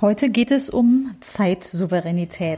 Heute geht es um Zeitsouveränität.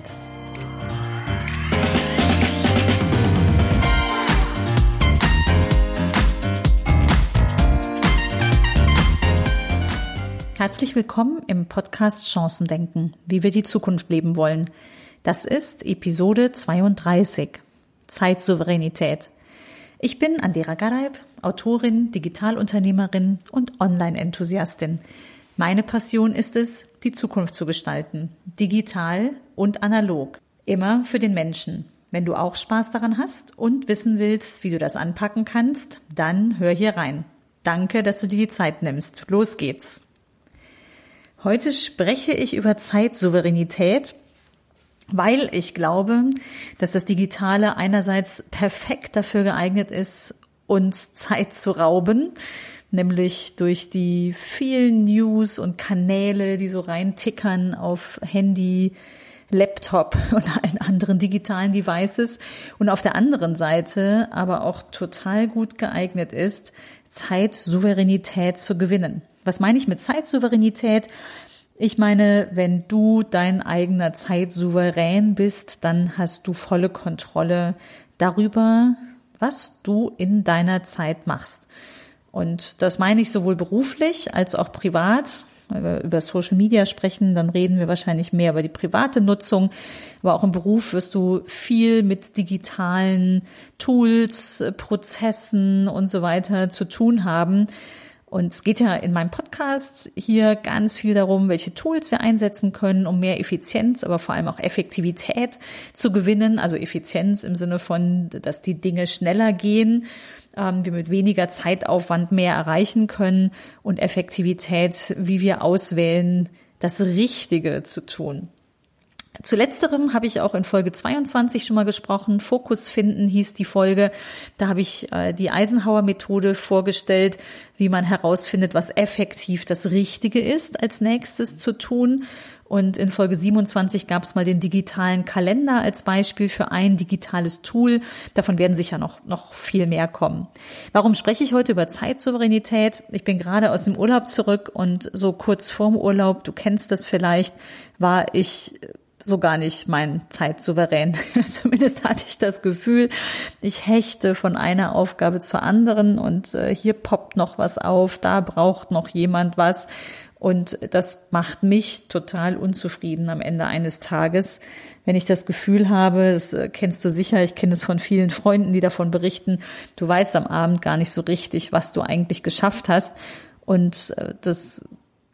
Herzlich willkommen im Podcast Chancendenken, wie wir die Zukunft leben wollen. Das ist Episode 32, Zeitsouveränität. Ich bin Andera Gareib, Autorin, Digitalunternehmerin und Online-Enthusiastin. Meine Passion ist es, die Zukunft zu gestalten, digital und analog, immer für den Menschen. Wenn du auch Spaß daran hast und wissen willst, wie du das anpacken kannst, dann hör hier rein. Danke, dass du dir die Zeit nimmst. Los geht's. Heute spreche ich über Zeitsouveränität, weil ich glaube, dass das Digitale einerseits perfekt dafür geeignet ist, uns Zeit zu rauben, nämlich durch die vielen News und Kanäle, die so reintickern auf Handy, Laptop und allen anderen digitalen Devices, und auf der anderen Seite aber auch total gut geeignet ist, Zeitsouveränität zu gewinnen. Was meine ich mit Zeitsouveränität? Ich meine, wenn du dein eigener Zeitsouverän bist, dann hast du volle Kontrolle darüber, was du in deiner Zeit machst. Und das meine ich sowohl beruflich als auch privat. Wenn wir über Social Media sprechen, dann reden wir wahrscheinlich mehr über die private Nutzung. Aber auch im Beruf wirst du viel mit digitalen Tools, Prozessen und so weiter zu tun haben. Und es geht ja in meinem Podcast hier ganz viel darum, welche Tools wir einsetzen können, um mehr Effizienz, aber vor allem auch Effektivität zu gewinnen. Also Effizienz im Sinne von, dass die Dinge schneller gehen, wir mit weniger Zeitaufwand mehr erreichen können, und Effektivität, wie wir auswählen, das Richtige zu tun. Zu letzterem habe ich auch in Folge 22 schon mal gesprochen. Fokus finden hieß die Folge. Da habe ich die Eisenhower-Methode vorgestellt, wie man herausfindet, was effektiv das Richtige ist, als nächstes zu tun. Und in Folge 27 gab es mal den digitalen Kalender als Beispiel für ein digitales Tool. Davon werden sicher noch viel mehr kommen. Warum spreche ich heute über Zeitsouveränität? Ich bin gerade aus dem Urlaub zurück, und so kurz vorm Urlaub, du kennst das vielleicht, war ich so gar nicht mein Zeitsouverän. Zumindest hatte ich das Gefühl, ich hechte von einer Aufgabe zur anderen, und hier poppt noch was auf, da braucht noch jemand was. Und das macht mich total unzufrieden am Ende eines Tages, wenn ich das Gefühl habe, das kennst du sicher, ich kenne es von vielen Freunden, die davon berichten, du weißt am Abend gar nicht so richtig, was du eigentlich geschafft hast. Und das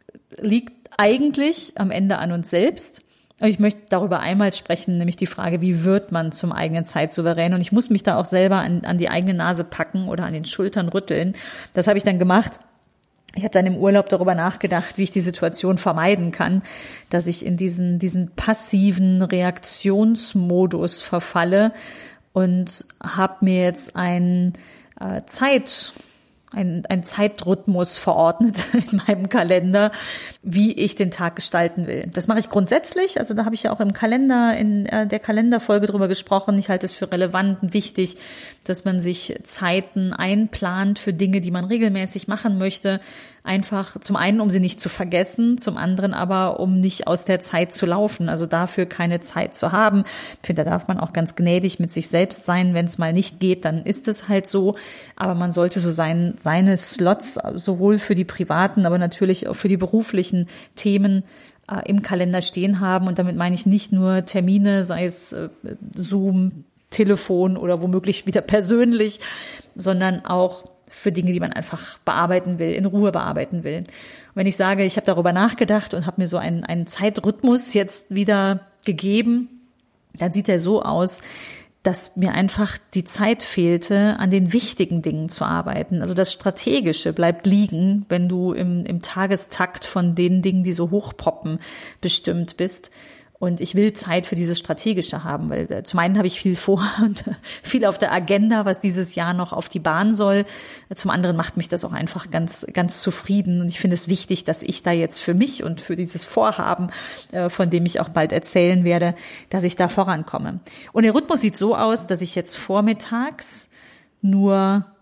liegt eigentlich am Ende an uns selbst. Ich möchte darüber einmal sprechen, nämlich die Frage, wie wird man zum eigenen Zeitsouverän? Und ich muss mich da auch selber an die eigene Nase packen oder an den Schultern rütteln. Das habe ich dann gemacht. Ich habe dann im Urlaub darüber nachgedacht, wie ich die Situation vermeiden kann, dass ich in diesen passiven Reaktionsmodus verfalle, und habe mir jetzt einen Zeitrhythmus verordnet in meinem Kalender, wie ich den Tag gestalten will. Das mache ich grundsätzlich. Also da habe ich ja auch im Kalender, in der Kalenderfolge drüber gesprochen. Ich halte es für relevant und wichtig, dass man sich Zeiten einplant für Dinge, die man regelmäßig machen möchte. Einfach zum einen, um sie nicht zu vergessen, zum anderen aber, um nicht aus der Zeit zu laufen, also dafür keine Zeit zu haben. Ich finde, da darf man auch ganz gnädig mit sich selbst sein. Wenn es mal nicht geht, dann ist es halt so. Aber man sollte so seine Slots sowohl für die privaten, aber natürlich auch für die beruflichen Themen im Kalender stehen haben. Und damit meine ich nicht nur Termine, sei es Zoom, Telefon oder womöglich wieder persönlich, sondern auch für Dinge, die man einfach bearbeiten will, in Ruhe bearbeiten will. Und wenn ich sage, ich habe darüber nachgedacht und habe mir so einen Zeitrhythmus jetzt wieder gegeben, dann sieht er so aus, dass mir einfach die Zeit fehlte, an den wichtigen Dingen zu arbeiten. Also das Strategische bleibt liegen, wenn du im Tagestakt von den Dingen, die so hochpoppen, bestimmt bist. Und ich will Zeit für dieses Strategische haben, weil zum einen habe ich viel vor und viel auf der Agenda, was dieses Jahr noch auf die Bahn soll. Zum anderen macht mich das auch einfach ganz, ganz zufrieden. Und ich finde es wichtig, dass ich da jetzt für mich und für dieses Vorhaben, von dem ich auch bald erzählen werde, dass ich da vorankomme. Und der Rhythmus sieht so aus, dass ich jetzt vormittags nur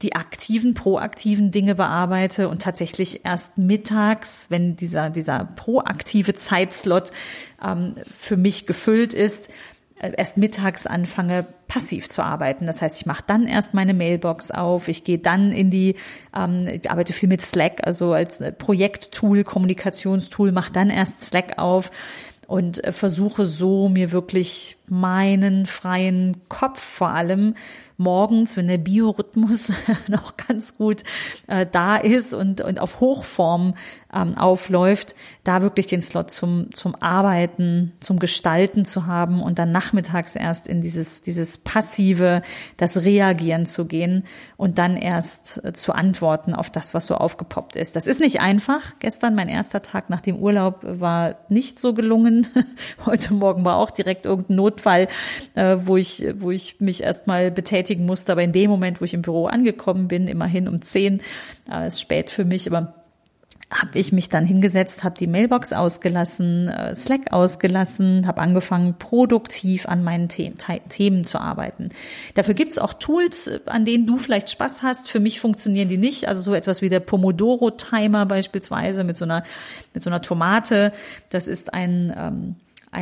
die aktiven, proaktiven Dinge bearbeite und tatsächlich erst mittags, wenn dieser proaktive Zeitslot für mich gefüllt ist, erst mittags anfange, passiv zu arbeiten. Das heißt, ich mache dann erst meine Mailbox auf, ich gehe dann ich arbeite viel mit Slack, also als Projekttool, Kommunikationstool, mache dann erst Slack auf und versuche so, mir wirklich meinen freien Kopf vor allem morgens, wenn der Biorhythmus noch ganz gut da ist und auf Hochform aufläuft, da wirklich den Slot zum Arbeiten, zum Gestalten zu haben und dann nachmittags erst in dieses passive, das Reagieren zu gehen und dann erst zu antworten auf das, was so aufgepoppt ist. Das ist nicht einfach. Gestern, mein erster Tag nach dem Urlaub, war nicht so gelungen. Heute Morgen war auch direkt irgendein Notfall, wo ich mich erstmal betätigen musste. Aber in dem Moment, wo ich im Büro angekommen bin, immerhin um 10, ist spät für mich, aber habe ich mich dann hingesetzt, habe die Mailbox ausgelassen, Slack ausgelassen, habe angefangen, produktiv an meinen Themen zu arbeiten. Dafür gibt's auch Tools, an denen du vielleicht Spaß hast. Für mich funktionieren die nicht. Also so etwas wie der Pomodoro-Timer beispielsweise mit so einer Tomate. Das ist ein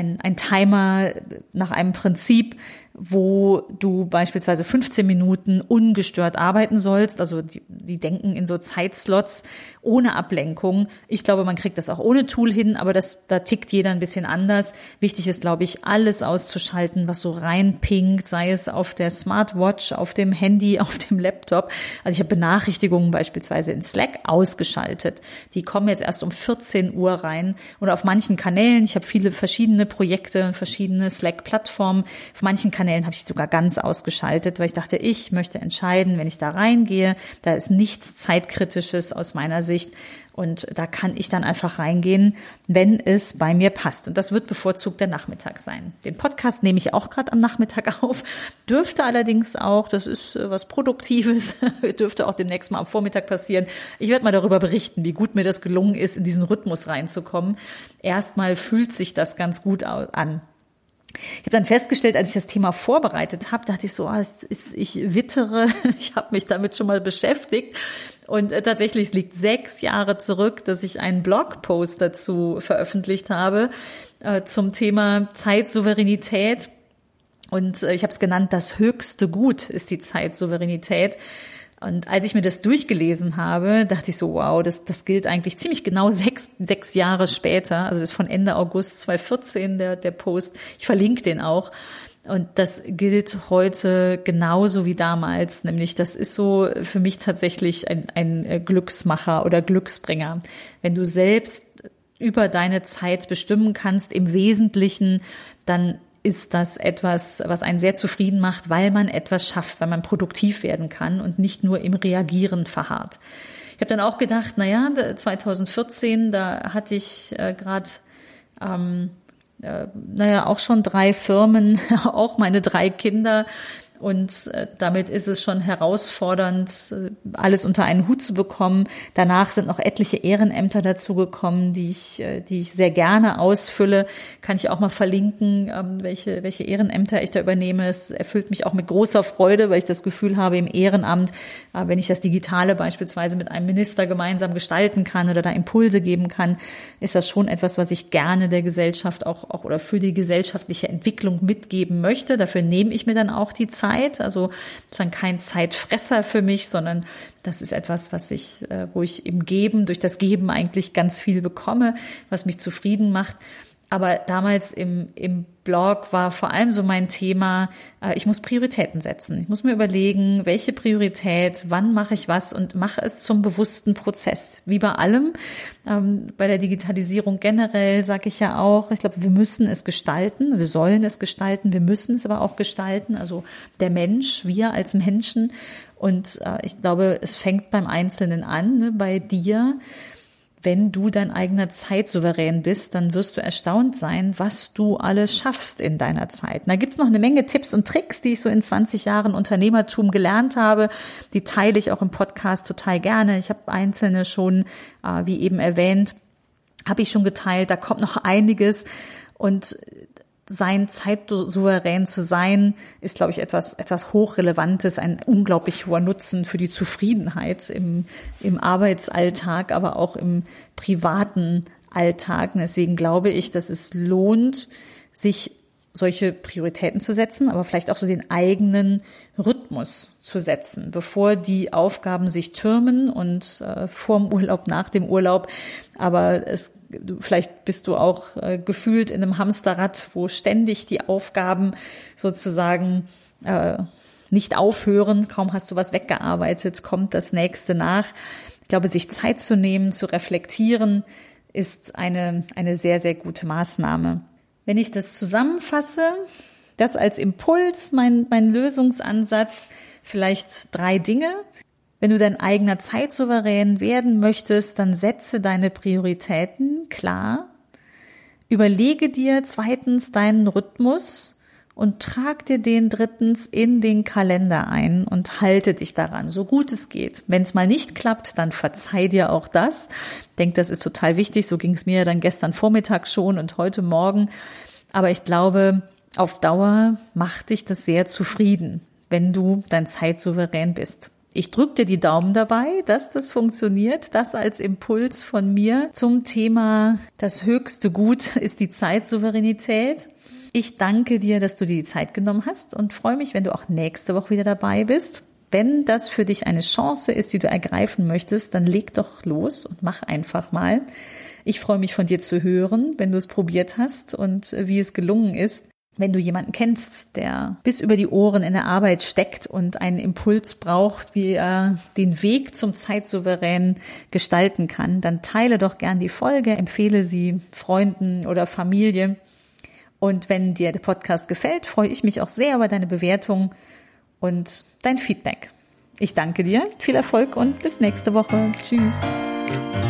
Timer nach einem Prinzip, wo du beispielsweise 15 Minuten ungestört arbeiten sollst. Also die denken in so Zeitslots ohne Ablenkung. Ich glaube, man kriegt das auch ohne Tool hin, aber da tickt jeder ein bisschen anders. Wichtig ist, glaube ich, alles auszuschalten, was so reinpinkt, sei es auf der Smartwatch, auf dem Handy, auf dem Laptop. Also ich habe Benachrichtigungen beispielsweise in Slack ausgeschaltet. Die kommen jetzt erst um 14 Uhr rein oder auf manchen Kanälen. Ich habe viele verschiedene Projekte, verschiedene Slack-Plattformen. Auf manchen Kanälen habe ich sogar ganz ausgeschaltet, weil ich dachte, ich möchte entscheiden, wenn ich da reingehe, da ist nichts Zeitkritisches aus meiner Sicht und da kann ich dann einfach reingehen, wenn es bei mir passt. Und das wird bevorzugt der Nachmittag sein. Den Podcast nehme ich auch gerade am Nachmittag auf, dürfte allerdings auch, das ist was Produktives, dürfte auch demnächst mal am Vormittag passieren. Ich werde mal darüber berichten, wie gut mir das gelungen ist, in diesen Rhythmus reinzukommen. Erstmal fühlt sich das ganz gut an. Ich habe dann festgestellt, als ich das Thema vorbereitet habe, dachte ich so, ich wittere, ich habe mich damit schon mal beschäftigt. Und tatsächlich, es liegt 6 Jahre zurück, dass ich einen Blogpost dazu veröffentlicht habe zum Thema Zeitsouveränität. Und ich habe es genannt, das höchste Gut ist die Zeitsouveränität. Und als ich mir das durchgelesen habe, dachte ich so, wow, das gilt eigentlich ziemlich genau 6 Jahre später. Also das ist von Ende August 2014 der Post. Ich verlinke den auch. Und das gilt heute genauso wie damals. Nämlich das ist so für mich tatsächlich ein Glücksmacher oder Glücksbringer. Wenn du selbst über deine Zeit bestimmen kannst, im Wesentlichen, dann ist das etwas, was einen sehr zufrieden macht, weil man etwas schafft, weil man produktiv werden kann und nicht nur im Reagieren verharrt. Ich habe dann auch gedacht, 2014, da hatte ich gerade auch schon 3 Firmen, auch meine 3 Kinder. Und damit ist es schon herausfordernd, alles unter einen Hut zu bekommen. Danach sind noch etliche Ehrenämter dazugekommen, die ich sehr gerne ausfülle. Kann ich auch mal verlinken, welche Ehrenämter ich da übernehme. Es erfüllt mich auch mit großer Freude, weil ich das Gefühl habe, im Ehrenamt, wenn ich das Digitale beispielsweise mit einem Minister gemeinsam gestalten kann oder da Impulse geben kann, ist das schon etwas, was ich gerne der Gesellschaft auch oder für die gesellschaftliche Entwicklung mitgeben möchte. Dafür nehme ich mir dann auch die Zeit. Also sozusagen kein Zeitfresser für mich, sondern das ist etwas, wo ich im Geben, durch das Geben eigentlich ganz viel bekomme, was mich zufrieden macht. Aber damals im Blog war vor allem so mein Thema, ich muss Prioritäten setzen. Ich muss mir überlegen, welche Priorität, wann mache ich was und mache es zum bewussten Prozess. Wie bei allem, bei der Digitalisierung generell sage ich ja auch, ich glaube, wir müssen es gestalten, wir sollen es gestalten, wir müssen es aber auch gestalten, also der Mensch, wir als Menschen. Und ich glaube, es fängt beim Einzelnen an, ne, bei dir. Wenn du dein eigener Zeitsouverän bist, dann wirst du erstaunt sein, was du alles schaffst in deiner Zeit. Und da gibt's noch eine Menge Tipps und Tricks, die ich so in 20 Jahren Unternehmertum gelernt habe. Die teile ich auch im Podcast total gerne. Ich habe einzelne schon, wie eben erwähnt, habe ich schon geteilt. Da kommt noch einiges. Und sein, zeitsouverän zu sein, ist, glaube ich, etwas Hochrelevantes, ein unglaublich hoher Nutzen für die Zufriedenheit im Arbeitsalltag, aber auch im privaten Alltag. Und deswegen glaube ich, dass es lohnt, sich solche Prioritäten zu setzen, aber vielleicht auch so den eigenen Rhythmus zu setzen, bevor die Aufgaben sich türmen und vorm Urlaub, nach dem Urlaub. Aber vielleicht bist du auch gefühlt in einem Hamsterrad, wo ständig die Aufgaben sozusagen nicht aufhören. Kaum hast du was weggearbeitet, kommt das nächste nach. Ich glaube, sich Zeit zu nehmen, zu reflektieren, ist eine sehr, sehr gute Maßnahme. Wenn ich das zusammenfasse, das als Impuls, mein Lösungsansatz, vielleicht 3 Dinge. Wenn du dein eigener Zeitsouverän werden möchtest, dann setze deine Prioritäten klar. Überlege dir 2. deinen Rhythmus und trag dir den 3. in den Kalender ein und halte dich daran, so gut es geht. Wenn es mal nicht klappt, dann verzeih dir auch das. Ich denke, das ist total wichtig. So ging es mir dann gestern Vormittag schon und heute Morgen. Aber ich glaube, auf Dauer macht dich das sehr zufrieden, wenn du dein Zeitsouverän bist. Ich drücke dir die Daumen dabei, dass das funktioniert. Das als Impuls von mir zum Thema: Das höchste Gut ist die Zeitsouveränität. Ich danke dir, dass du dir die Zeit genommen hast und freue mich, wenn du auch nächste Woche wieder dabei bist. Wenn das für dich eine Chance ist, die du ergreifen möchtest, dann leg doch los und mach einfach mal. Ich freue mich, von dir zu hören, wenn du es probiert hast und wie es gelungen ist. Wenn du jemanden kennst, der bis über die Ohren in der Arbeit steckt und einen Impuls braucht, wie er den Weg zum Zeitsouverän gestalten kann, dann teile doch gern die Folge, empfehle sie Freunden oder Familie. Und wenn dir der Podcast gefällt, freue ich mich auch sehr über deine Bewertung und dein Feedback. Ich danke dir, viel Erfolg und bis nächste Woche. Tschüss.